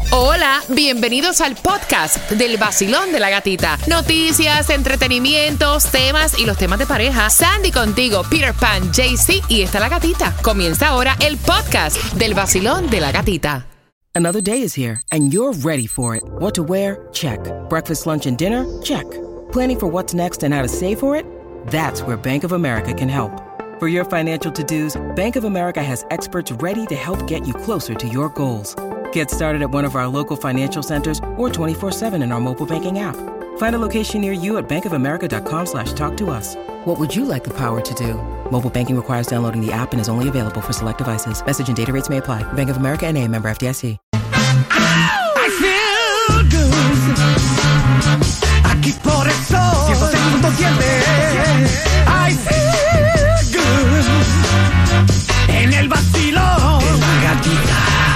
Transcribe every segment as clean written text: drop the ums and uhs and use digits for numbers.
Hola, bienvenidos al podcast del Vacilón de la Gatita. Noticias, entretenimientos, temas y los temas de pareja. Sandy contigo, Peter Pan, JC y está la gatita. Comienza ahora el podcast del Vacilón de la Gatita. Another day is here and you're ready for it. What to wear? Check. Breakfast, lunch, and dinner? Check. Planning for what's next and how to save for it? That's where Bank of America can help. For your financial to-dos, Bank of America has experts ready to help get you closer to your goals. Get started at one of our local financial centers or 24/7 in our mobile banking app. Find a location near you at bankofamerica.com/talktous. What would you like the power to do? Mobile banking requires downloading the app and is only available for select devices. Message and data rates may apply. Bank of America N.A., member FDIC. I feel good. Aquí por el sol 106.7. I feel good. En el vacilón de la gatita.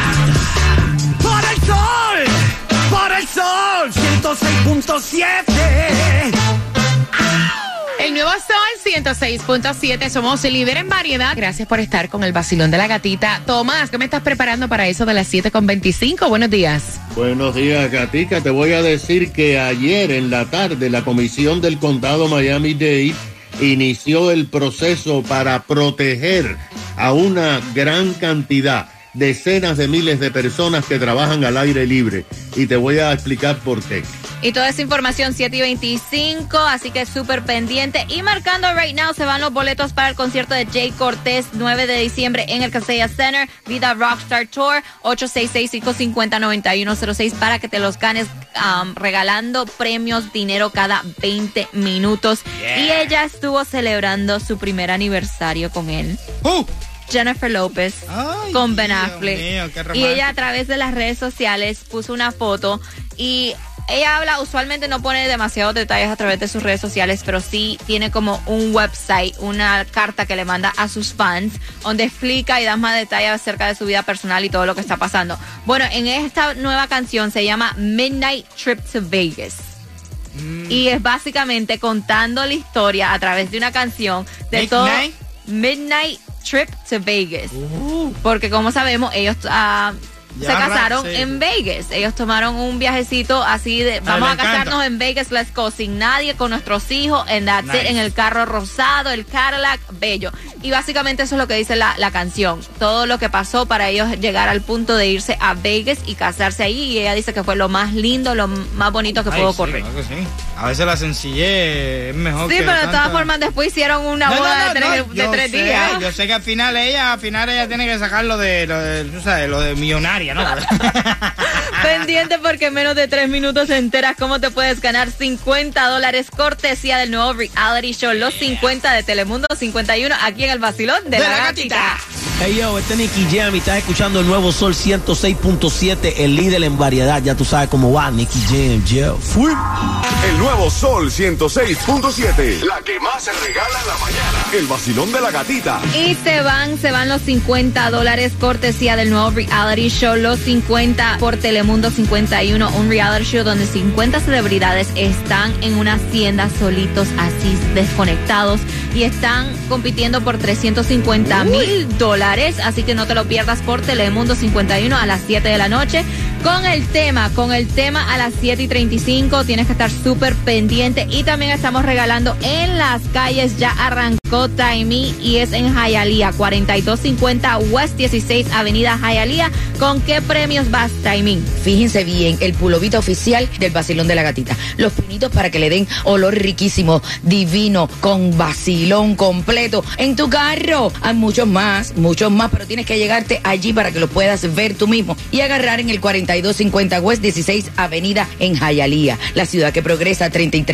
Por el sol 106.7. El nuevo Sol 106.7, somos el líder en variedad. Gracias por estar con el Vacilón de la Gatita. Tomás, ¿qué me estás preparando para eso de las 7:25? Buenos días. Buenos días, Gatica. Te voy a decir que ayer en la tarde la Comisión del Condado Miami-Dade inició el proceso para proteger a una gran cantidad, decenas de miles de personas que trabajan al aire libre. Y te voy a explicar por qué. Y toda esa información 7:25, así que súper pendiente. Y marcando right now, se van los boletos para el concierto de Jay Cortés, 9 de diciembre en el Kaseya Center, Vida Rockstar Tour, 866-550-9106 para que te los ganes, regalando premios, dinero cada 20 minutos. Yeah. Y ella estuvo celebrando su primer aniversario con él. Jennifer López. Ay, con Ben Affleck. Dios mío, qué y ella a través de las redes sociales puso una foto y ella habla, usualmente no pone demasiados detalles a través de sus redes sociales, pero sí tiene como un website, una carta que le manda a sus fans, donde explica y da más detalles acerca de su vida personal y todo lo que está pasando. Bueno, en esta nueva canción se llama Midnight Trip to Vegas. Y es básicamente contando la historia a través de una canción de todo. Midnight Trip to Vegas. Porque como sabemos, ellos se casaron en Vegas. Ellos tomaron un viajecito así de vamos a casarnos en Vegas, let's go, sin nadie, con nuestros hijos, en el carro rosado, el Cadillac, bello. Y básicamente eso es lo que dice la canción. Todo lo que pasó para ellos llegar al punto de irse a Vegas y casarse ahí. Y ella dice que fue lo más lindo, lo más bonito que pudo ocurrir. Claro que sí. A veces la sencillez es mejor. Sí, pero de todas formas después hicieron una boda de 3 días. Yo sé que al final ella tiene que sacar lo de tú sabes, lo de millonaria, ¿no? Pendiente porque en menos de 3 minutos te enteras cómo te puedes ganar $50 cortesía del nuevo reality show Los 50 de Telemundo 51 aquí en el Vacilón de la Gatita. Hey yo, este es Nicky Jam y estás escuchando el nuevo Sol 106.7, el líder en variedad. Ya tú sabes cómo va, Nicky Jam, yo. Fui. El nuevo Sol 106.7, la que más se regala en la mañana. El Vacilón de la Gatita. Y se van los $50 cortesía del nuevo reality show Los 50 por Telemundo 51, un reality show donde 50 celebridades están en una hacienda solitos, así desconectados, y están compitiendo por $350,000. Así que no te lo pierdas por Telemundo 51 a las 7 de la noche. Con el tema a las 7:35 tienes que estar súper pendiente. Y también estamos regalando en las calles, ya arrancó Taimí y es en Hialeah, 4250 West 16 Avenida Hialeah. ¿Con qué premios vas, Taimí? Fíjense bien, el pulovito oficial del Vacilón de la Gatita. Los pinitos para que le den olor riquísimo, divino, con vacilón completo en tu carro. Hay muchos más, pero tienes que llegarte allí para que lo puedas ver tú mismo y agarrar en el 4250 West 16 Avenida en Hialeah, la ciudad que progresa,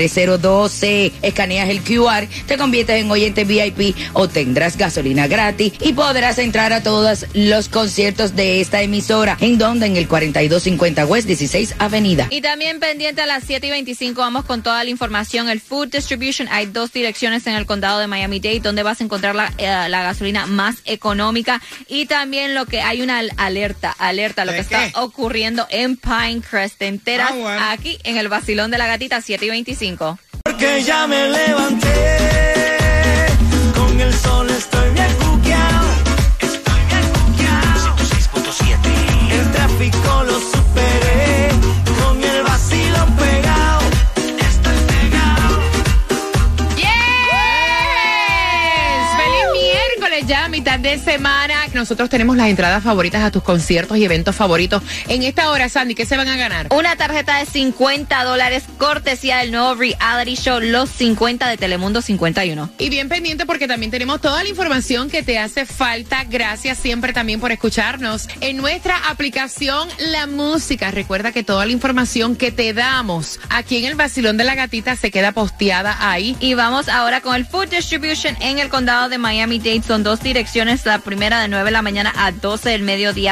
33012. Escaneas el QR, te conviertes en oyente VIP, obtendrás gasolina gratis y podrás entrar a todos los conciertos de esta emisora. ¿En dónde? En el 4250 West 16 Avenida. Y también pendiente a las 7:25 vamos con toda la información. El Food Distribution, hay 2 direcciones en el condado de Miami-Dade donde vas a encontrar la gasolina más económica. Y también lo que hay una alerta, lo que está ocurriendo en Pinecrest. Te enteras aquí en el Vacilón de la Gatita, 7:25. Porque ya me levanté, con el sol estoy bien cuqueado. 106.7. El tráfico lo superé. semana. Nosotros tenemos las entradas favoritas a tus conciertos y eventos favoritos. En esta hora, Sandy, ¿qué se van a ganar? Una tarjeta de $50, cortesía del nuevo reality show Los 50 de Telemundo 51. Y bien pendiente porque también tenemos toda la información que te hace falta. Gracias siempre también por escucharnos en nuestra aplicación La Música. Recuerda que toda la información que te damos aquí en el Vacilón de la Gatita se queda posteada ahí. Y vamos ahora con el Food Distribution en el condado de Miami-Dade. Son 2 direcciones. La primera de 9 de la mañana a 12 del mediodía,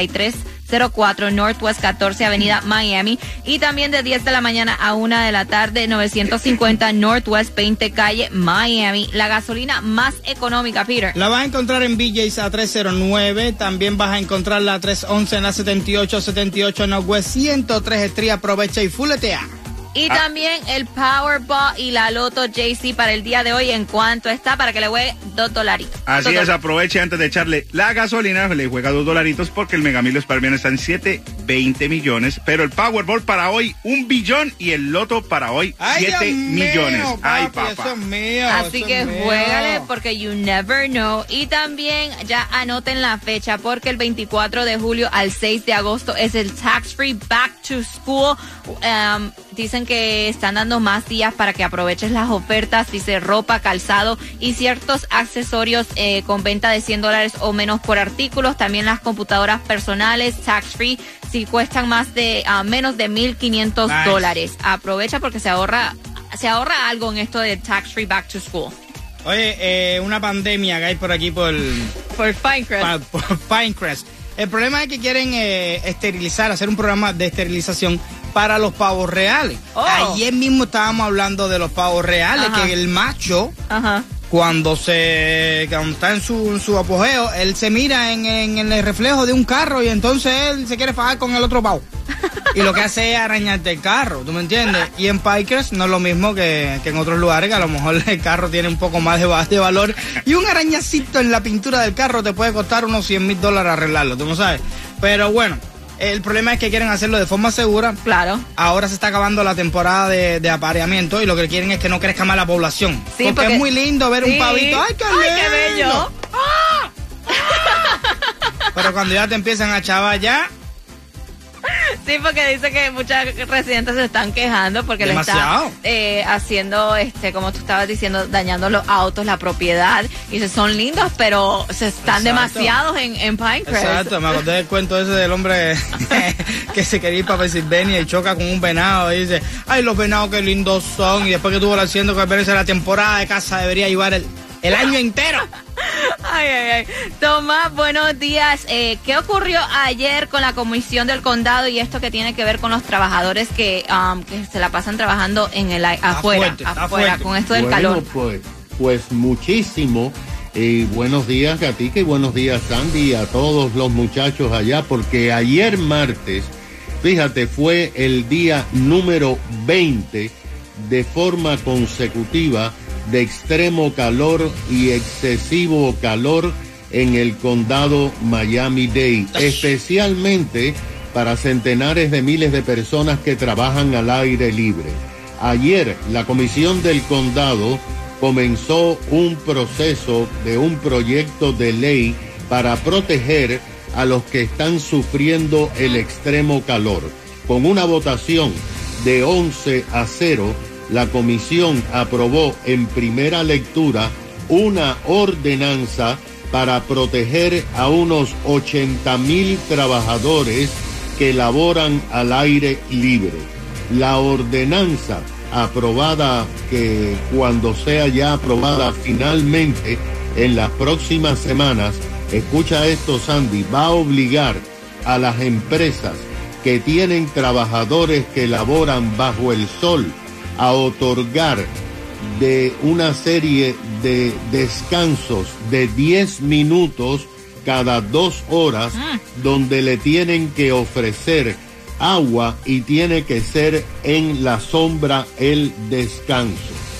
6304 Northwest 14 Avenida Miami. Y también de 10 de la mañana a 1 de la tarde, 950 Northwest 20 Calle Miami. La gasolina más económica, Peter. La vas a encontrar en BJ's a 309. También vas a encontrar la 311 en la 78 Northwest 103 Street. Aprovecha y fuletea. Y también el Powerball y la Loto JC para el día de hoy. ¿En cuánto está? Para que le juegue $2. Así es, aproveche antes de echarle la gasolina, le juega $2 porque el Megamilos para el viernes está en 720 millones. Pero el Powerball para hoy, 1 billón y el Loto para hoy, 7 millones. Papi, ay, papá. Eso es mío, Así eso que es mío. juégale porque you never know. Y también ya anoten la fecha porque el 24 de julio al 6 de agosto es el Tax Free Back to School. Dicen que están dando más días para que aproveches las ofertas, dice ropa, calzado y ciertos accesorios con venta de $100 o menos por artículos. También las computadoras personales, tax free, si cuestan menos de $1,500. Nice. Aprovecha porque se ahorra algo en esto de tax free back to school. Oye, una pandemia que hay por aquí por Pinecrest. Por Pinecrest. El problema es que quieren hacer un programa de esterilización para los pavos reales. Oh. Ayer mismo estábamos hablando de los pavos reales, que el macho, cuando está en su apogeo, él se mira en el reflejo de un carro y entonces él se quiere fajar con el otro pavo. Y lo que hace es arañarte el carro, ¿tú me entiendes? Y en Pikers no es lo mismo que en otros lugares, que a lo mejor el carro tiene un poco más de valor. Y un arañacito en la pintura del carro te puede costar unos $100,000 arreglarlo, ¿tú no sabes? Pero bueno, el problema es que quieren hacerlo de forma segura. Claro. Ahora se está acabando la temporada de apareamiento y lo que quieren es que no crezca más la población. Sí, porque es muy lindo ver un pavito. ¡Ay, qué lindo! ¡Ay, qué bello! ¡Ah! Pero cuando ya te empiezan a chavar ya... Sí, porque dice que muchos residentes se están quejando porque demasiado. le está haciendo, como tú estabas diciendo, dañando los autos, la propiedad. Y dice, son lindos, pero se están demasiados en Pinecrest. Exacto, me acordé del cuento ese del hombre que se quería ir para Pennsylvania y choca con un venado y dice, ay, los venados qué lindos son. Y después que tuvo haciendo que parece la temporada de caza debería llevar el año entero. Ay. Tomás, buenos días. ¿Qué ocurrió ayer con la comisión del condado y esto que tiene que ver con los trabajadores que se la pasan trabajando en el afuera, con esto del calor? Pues muchísimo. Buenos días, Gatica, y buenos días, Sandy, y a todos los muchachos allá, porque ayer martes, fíjate, fue el día número 20 de forma consecutiva de extremo calor y excesivo calor en el condado Miami-Dade, especialmente para centenares de miles de personas que trabajan al aire libre. Ayer, la comisión del condado comenzó un proceso de un proyecto de ley para proteger a los que están sufriendo el extremo calor. Con una votación de 11-0, la comisión aprobó en primera lectura una ordenanza para proteger a unos 80,000 trabajadores que laboran al aire libre. La ordenanza aprobada, que cuando sea ya aprobada finalmente en las próximas semanas, escucha esto, Sandy, va a obligar a las empresas que tienen trabajadores que laboran bajo el sol a otorgar de una serie de descansos de 10 minutos cada 2 horas, donde le tienen que ofrecer agua y tiene que ser en la sombra el descanso.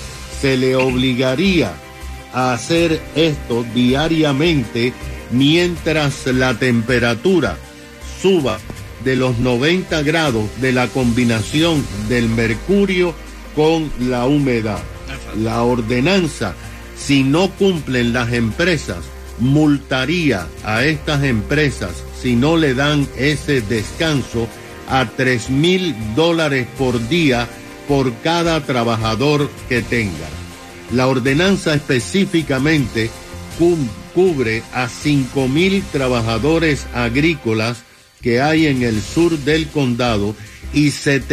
Se le obligaría a hacer esto diariamente mientras la temperatura suba de los 90 grados de la combinación del mercurio con la humedad. La ordenanza, si no cumplen las empresas, multaría a estas empresas si no le dan ese descanso a $3,000 por día por cada trabajador que tenga. La ordenanza específicamente cubre a 5,000 trabajadores agrícolas que hay en el sur del condado y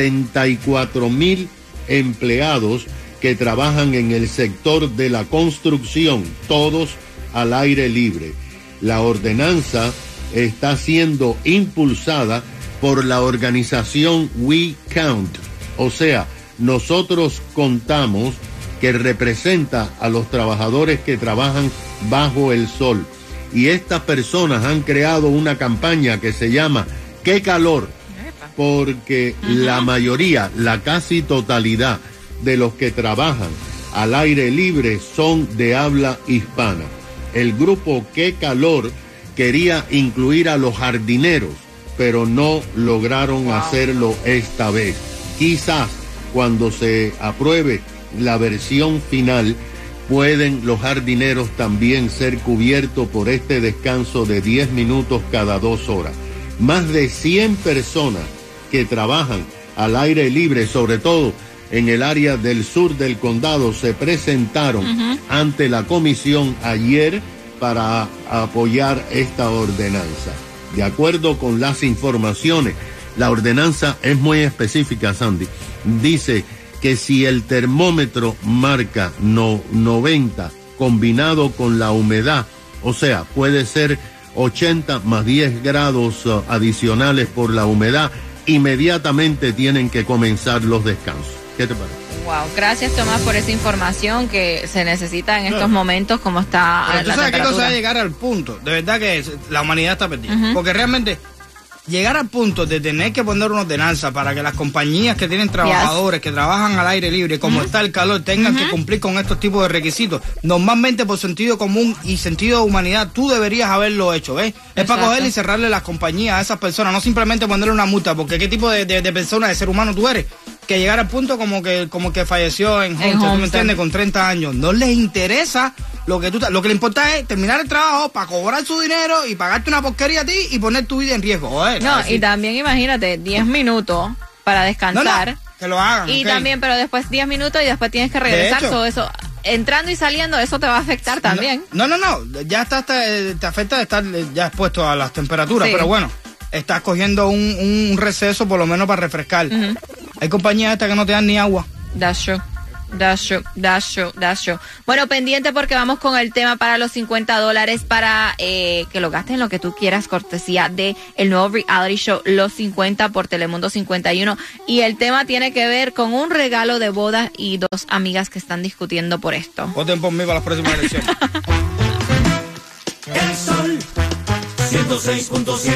74,000 empleados que trabajan en el sector de la construcción, todos al aire libre. La ordenanza está siendo impulsada por la organización We Count, o sea, nosotros contamos, que representa a los trabajadores que trabajan bajo el sol. Y estas personas han creado una campaña que se llama ¡Qué calor! Porque la mayoría, la casi totalidad de los que trabajan al aire libre son de habla hispana. El grupo ¡Qué calor! Quería incluir a los jardineros, pero no lograron hacerlo esta vez. Quizás cuando se apruebe la versión final, pueden los jardineros también ser cubiertos por este descanso de 10 minutos cada 2 horas. Más de 100 personas que trabajan al aire libre, sobre todo en el área del sur del condado, se presentaron ante la comisión ayer para apoyar esta ordenanza. De acuerdo con las informaciones, la ordenanza es muy específica, Sandy. Dice que si el termómetro marca 90 combinado con la humedad, o sea, puede ser 80 más 10 grados adicionales por la humedad, inmediatamente tienen que comenzar los descansos. ¿Qué te parece? Wow, gracias Tomás por esa información que se necesita en estos momentos como está la temperatura. ¿Tú sabes qué cosa es llegar al punto? De verdad que la humanidad está perdida. Porque realmente llegar al punto de tener que poner una ordenanza para que las compañías que tienen trabajadores que trabajan al aire libre, como está el calor, tengan que cumplir con estos tipos de requisitos. Normalmente por sentido común y sentido de humanidad, tú deberías haberlo hecho, ¿ves? Es para cogerle y cerrarle las compañías a esas personas, no simplemente ponerle una multa, porque ¿qué tipo de persona, de ser humano tú eres? Que llegar al punto como que falleció en Homestead, ¿tú me entiendes? Con 30 años. No les interesa lo que le importa es terminar el trabajo para cobrar su dinero y pagarte una porquería a ti y poner tu vida en riesgo. Joder, no, y también imagínate, 10 minutos para descansar. No, que lo hagan. Y también, pero después 10 minutos y después tienes que regresar. Todo eso, entrando y saliendo, eso te va a afectar también. No. Ya te afecta de estar ya expuesto a las temperaturas, pero bueno, estás cogiendo un receso por lo menos para refrescar. Hay compañías estas que no te dan ni agua. That's true. Bueno, pendiente porque vamos con el tema para los $50 para que lo gastes en lo que tú quieras, cortesía de el nuevo reality show Los 50 por Telemundo 51. Y el tema tiene que ver con un regalo de boda y 2 amigas que están discutiendo por esto. Voten por mí para las próximas elecciones. El Sol 106.7.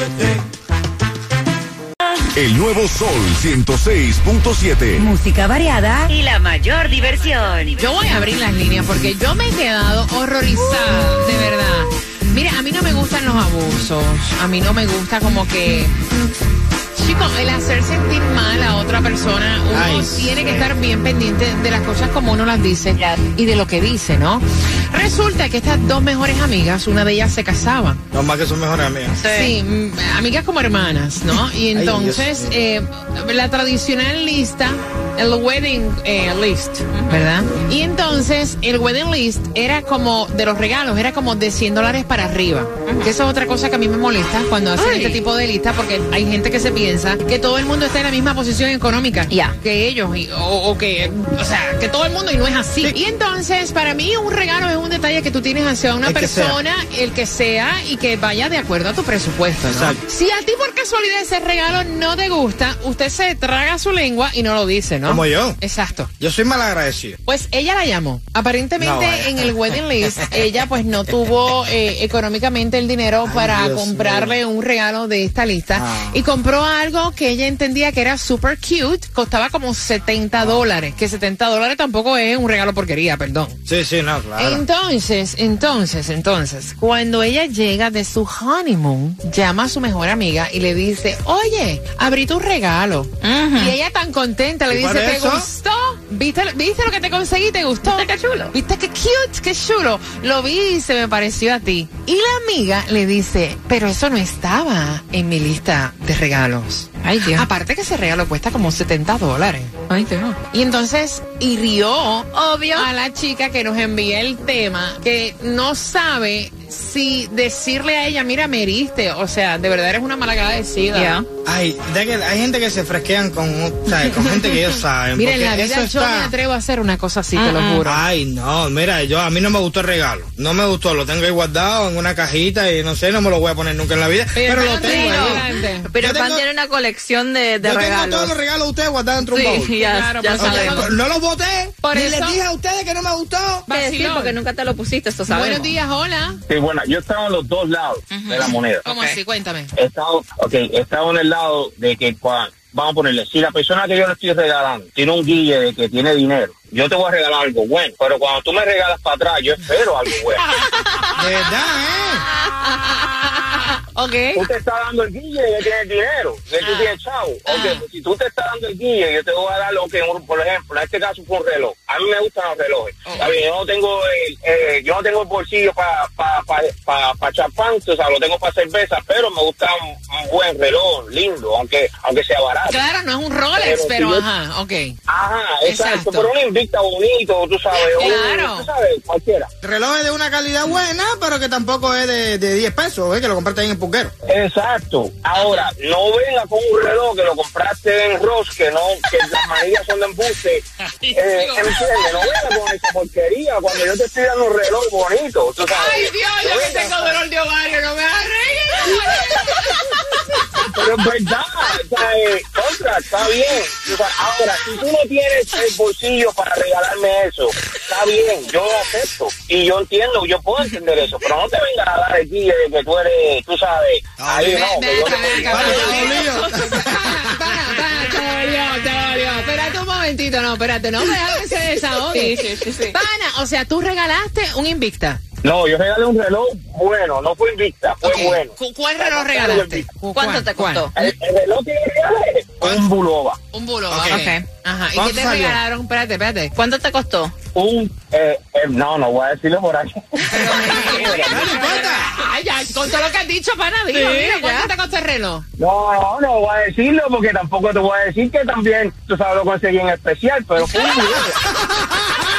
El nuevo Sol 106.7. Música variada y la mayor diversión. Yo voy a abrir las líneas porque yo me he quedado horrorizada, de verdad. Mira, a mí no me gustan los abusos. A mí no me gusta como que... Chicos, el hacer sentir mal a otra persona, uno tiene que estar bien pendiente de las cosas como uno las dice y de lo que dice, ¿no? Resulta que estas 2 mejores amigas, una de ellas se casaba. No más que son mejores amigas. Sí, amigas como hermanas, ¿no? Y entonces, la tradicional lista, el wedding list, ¿verdad? Y entonces, el wedding list era como, de los regalos, era como de $100 para arriba. Que eso es otra cosa que a mí me molesta cuando hacen este tipo de listas, porque hay gente que se piensa que todo el mundo está en la misma posición económica que ellos, o sea, que todo el mundo, y no es así. Y entonces, para mí, un regalo es un detalle que tú tienes hacia una persona, el que sea, y que vaya de acuerdo a tu presupuesto, ¿no? Si a ti por casualidad ese regalo no te gusta, usted se traga su lengua y no lo dice, ¿no? Como yo. Exacto. Yo soy mal agradecido. Pues ella la llamó. Aparentemente en el wedding list, ella pues no tuvo económicamente el dinero para comprarle un regalo de esta lista y compró algo que ella entendía que era super cute, costaba como $70, que $70 tampoco es un regalo porquería, perdón. Sí, no, claro. Entonces, cuando ella llega de su honeymoon, llama a su mejor amiga y le dice, oye, abrí tu regalo. Y ella tan contenta le dice, ¿te gustó? ¿Viste lo que te conseguí? ¿Te gustó? ¿Viste qué chulo? ¿Viste qué cute? ¡Qué chulo! Lo vi y se me pareció a ti. Y la amiga le dice, pero eso no estaba en mi lista de regalos. Ay, Dios. Aparte que ese regalo cuesta como $70. Ay, Dios. Y entonces hirió Obvio. a la chica que nos envía el tema, que no sabe si decirle a ella, mira, me heriste. O sea, de verdad eres una malagradecida. Yeah. Ay, hay gente que se fresquean con gente que ellos saben. Mira, en la porque vida eso yo está... me atrevo a hacer una cosa así, te lo juro. Ay, no, mira, a mí no me gustó el regalo. No me gustó, lo tengo ahí guardado en una cajita y no sé, no me lo voy a poner nunca en la vida. Pero lo tengo ahí. Pero Pan tiene una colección de regalos. Yo tengo todos los regalos de ustedes guardados dentro de un baúl. Ya sabemos. No los boté, Por ni eso... les dije a ustedes que no me gustó. Sí, porque nunca te lo pusiste, esto sabemos. Buenos días, hola. Sí, bueno, yo estaba en los dos lados de la moneda. ¿Cómo así? Cuéntame. He estado en el lado de que, vamos a ponerle, si la persona que yo le estoy regalando tiene un guille de que tiene dinero, yo te voy a regalar algo bueno, pero cuando tú me regalas para atrás, yo espero algo bueno. De verdad, Okay. Tú te estás dando el guille de que tienes dinero, de que tú tienes chavo. Pues si tú te estás dando el guille, yo te voy a dar lo que, por ejemplo, en este caso fue un reloj. A mí me gustan los relojes. Está bien, yo no tengo el bolsillo para champán, o sea, lo tengo para cerveza, pero me gusta un buen reloj, lindo, aunque sea barato. Claro, no es un Rolex, pero yo, ok. Ajá, exacto, pero un Invicta bonito, tú sabes. Claro. Tú sabes, cualquiera. Reloj es de una calidad buena, pero que tampoco es de 10 pesos, que lo compraste ahí en el pulguero. Exacto. Ahora, no venga con un reloj que lo compraste en Ross, que las manillas son de embuste. ¿Entiendes? No venga con esa porquería cuando yo te estoy dando un reloj bonito. ¿Tú sabes? Ay, Dios, yo que tengo dolor de ovario, no me hagas reír. Pero es verdad, está bien. O sea, ahora, si tú no tienes el bolsillo para regalarme eso, está bien, yo lo acepto. Y yo entiendo, yo puedo entender eso, pero no te vengas a dar aquí de que tú eres, tú sabes, ahí no. Te volvió. Espérate un momentito, no, deja que se desahogue. Sí. Pana, o sea, tú regalaste un Invicta. No, yo regalé un reloj bueno, no fue Invicta, fue bueno. ¿Cuál reloj regalaste? ¿Cuánto te costó? El reloj que regalé, un Bulova. Un Bulova, okay. Ajá. ¿Y qué te regalaron? Espérate. ¿Cuánto te costó? No voy a decirlo por ahí. Ay, ya, con todo lo que has dicho, pana, dilo, mira, ¿cuánto te costó el reloj? No voy a decirlo porque tampoco te voy a decir que también, tú sabes, lo conseguí en especial, pero fue un Bulova.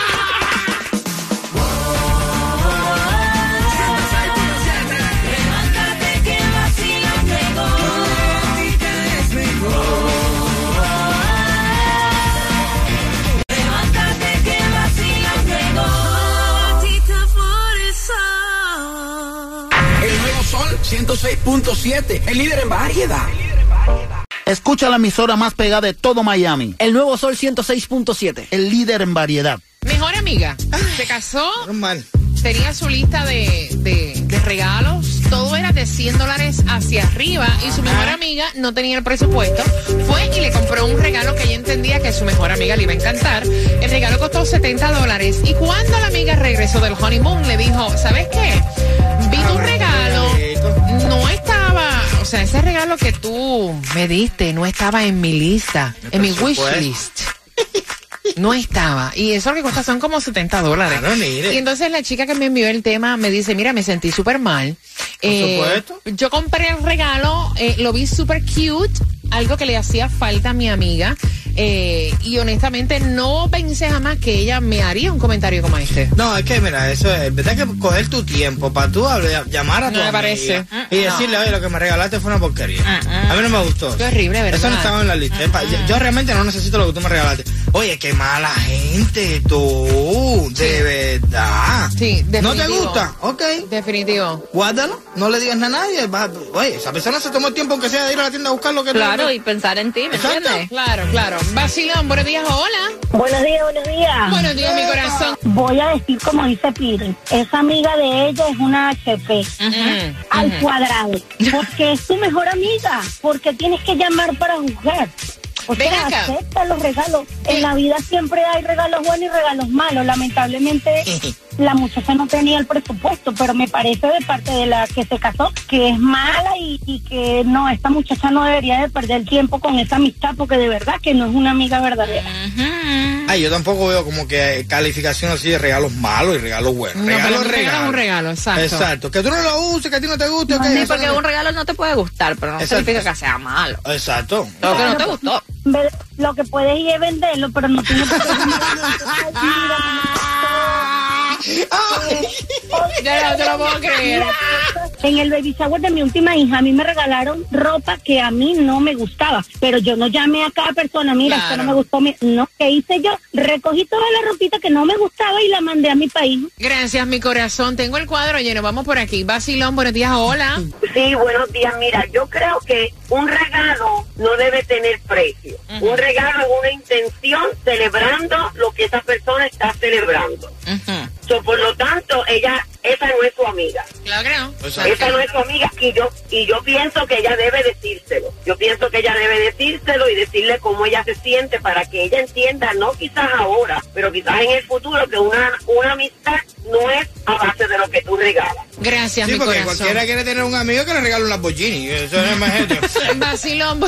El nuevo Sol 106.7, el líder en variedad. Escucha la emisora más pegada de todo Miami. El nuevo Sol 106.7, el líder en variedad. Mejor amiga, se casó. Normal. Tenía su lista de regalos, todo era de $100 hacia arriba y su mejor amiga no tenía el presupuesto, fue y le compró un regalo que ella entendía que a su mejor amiga le iba a encantar. El regalo costó $70 y cuando la amiga regresó del honeymoon le dijo, ¿sabes qué? Vi tu regalo, no estaba, o sea, ese regalo que tú me diste no estaba en mi lista, en mi wish list. No estaba. Y eso lo que cuesta son como $70. Claro, y entonces la chica que me envió el tema me dice, mira, me sentí súper mal. Por supuesto. Yo compré el regalo, lo vi súper cute, algo que le hacía falta a mi amiga. Y honestamente no pensé jamás que ella me haría un comentario como este. No, es que mira, eso es verdad que coger tu tiempo para tú llamar a tu amiga parece. Y decirle, oye, lo que me regalaste fue una porquería. A mí no me gustó. Qué horrible, ¿verdad? Eso no estaba en la lista. Yo realmente no necesito lo que tú me regalaste. Oye, qué mala gente tú, de verdad. Sí, definitivo. ¿No te gusta? Ok. Definitivo. Guárdalo, no le digas nada a nadie. Oye, esa persona se tomó el tiempo aunque sea de ir a la tienda a buscar lo que Claro, y pensar en ti, ¿me entiendes? Claro. Vacilón, buenos días, hola. Buenos días. Buenos días, mi corazón. Voy a decir como dice Peter, esa amiga de ella es una HP, al cuadrado, porque es tu mejor amiga, porque tienes que llamar para jugar. O sea, acepta los regalos. En la vida siempre hay regalos buenos y regalos malos. Lamentablemente, la muchacha no tenía el presupuesto, pero me parece de parte de la que se casó que es mala y que no, esta muchacha no debería de perder tiempo con esa amistad porque de verdad que no es una amiga verdadera. Ay, yo tampoco veo como que calificación así de regalos malos y regalos buenos. No, regalo es un regalo, exacto. Exacto. Que tú no lo uses, que a ti no te guste. No, sí, porque un regalo no te puede gustar, pero no significa que sea malo. Exacto. Lo que no te gustó. Lo que puedes ir es venderlo, pero no tienes por qué. Ya no te lo puedo creer. En el baby shower de mi última hija, a mí me regalaron ropa que a mí no me gustaba, pero yo no llamé a cada persona, mira, esto no me gustó. No, ¿qué hice yo? Recogí toda la ropita que no me gustaba y la mandé a mi país. Gracias, mi corazón. Tengo el cuadro lleno. Vamos por aquí. Basilón, buenos días. Hola. Sí, buenos días. Mira, yo creo que un regalo no debe tener precio. Un regalo es una intención celebrando lo que esa persona está celebrando. Por lo tanto, esa no es su amiga. Claro que no. Esa no es su amiga y yo pienso que ella debe decírselo. Yo pienso que ella debe decírselo y decirle cómo ella se siente para que ella entienda, no quizás ahora, pero quizás en el futuro, que una amistad no es a base de lo que tú regalas. Gracias, mi corazón. Sí, porque cualquiera quiere tener un amigo que le regale un Lamborghini. Eso es más genio. Vacilón.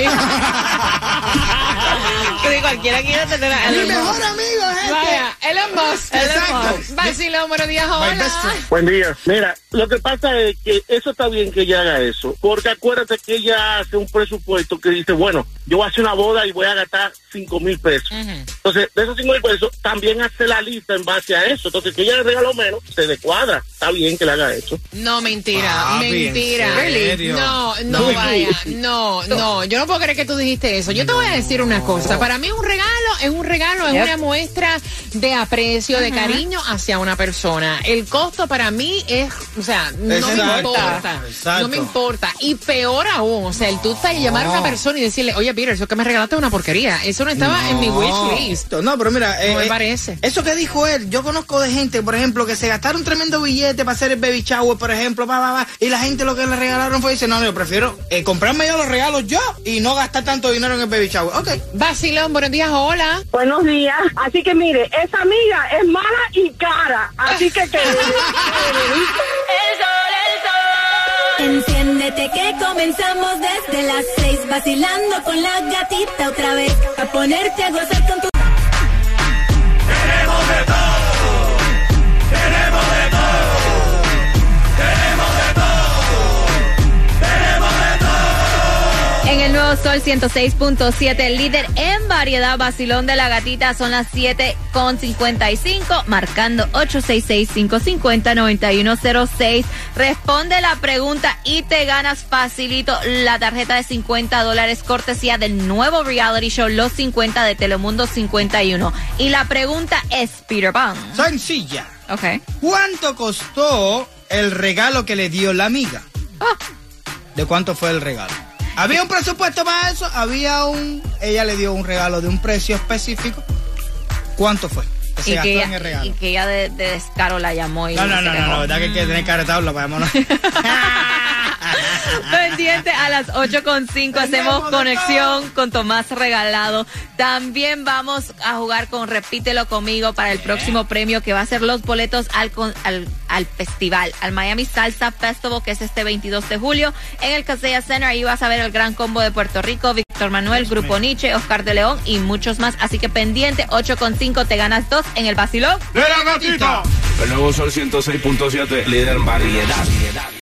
Que cualquiera quiere tener a mi mejor amigo, gente. Vaya, Elon Musk. Exacto. Vacilón, buenos días, hola. Buen día. Mira, lo que pasa es que eso está bien que ella haga eso, porque acuérdate que ella hace un presupuesto que dice, bueno, yo voy a hacer una boda y voy a gastar 5,000 pesos. Entonces, de esos 5,000 pesos, también hace la lista en base a eso. Entonces, que ella le regaló menos, se descuadra. Está bien que le haga eso. No, mentira, mentira. No, vaya, no. Yo no puedo creer que tú dijiste eso. Yo te voy a decir una cosa. Para mí un regalo es una muestra de aprecio, de cariño hacia una persona. El costo para mí es, o sea, no me importa. No me importa. Y peor aún, o sea, el tú estás llamar a una persona y decirle, oye, Peter, eso que me regalaste es una porquería. Eso no estaba en mi wish list. No, pero mira, no me parece. Eso que dijo él, yo conozco de gente, por ejemplo, que se gastaron tremendo billete para hacer el baby shower, por ejemplo, y la gente lo que le regalaron fue, dice, no, yo prefiero comprarme yo los regalos yo y no gastar tanto dinero en el baby shower. Ok. Vacilón, buenos días, hola. Buenos días. Así que mire, esa amiga es mala y cara. Así que Enciéndete que comenzamos desde las 6, vacilando con la gatita otra vez, a ponerte a gozar con tu... Tenemos de todo, tenemos de todo, tenemos de todo, tenemos de todo. En el Nuevo Sol 106.7, líder en variedad, vacilón de la gatita, son las 7:55, marcando 866-550-9106. Responde la pregunta y te ganas facilito la tarjeta de $50 cortesía del nuevo reality show Los 50 de Telemundo 51. Y la pregunta es, Peter Pan. Sencilla. Ok. ¿Cuánto costó el regalo que le dio la amiga? ¿De cuánto fue el regalo? ¿Había un presupuesto para eso? Ella le dio un regalo de un precio específico. ¿Cuánto fue? Y que ella de descaro la llamó y no, verdad que hay que tener cara de tabla, vámonos. Pendiente a las 8:05 hacemos conexión con Tomás Regalado. También vamos a jugar con Repítelo Conmigo para el próximo premio, que va a ser los boletos al festival, al Miami Salsa Festival, que es este 22 de julio en el Casella Center. Ahí vas a ver el Gran Combo de Puerto Rico, Víctor Manuel, Grupo Nietzsche, Oscar de León y muchos más. Así que pendiente, 8:05, te ganas 2 en el vacilón de la gatita. El Nuevo Sol 106.7, líder en variedad.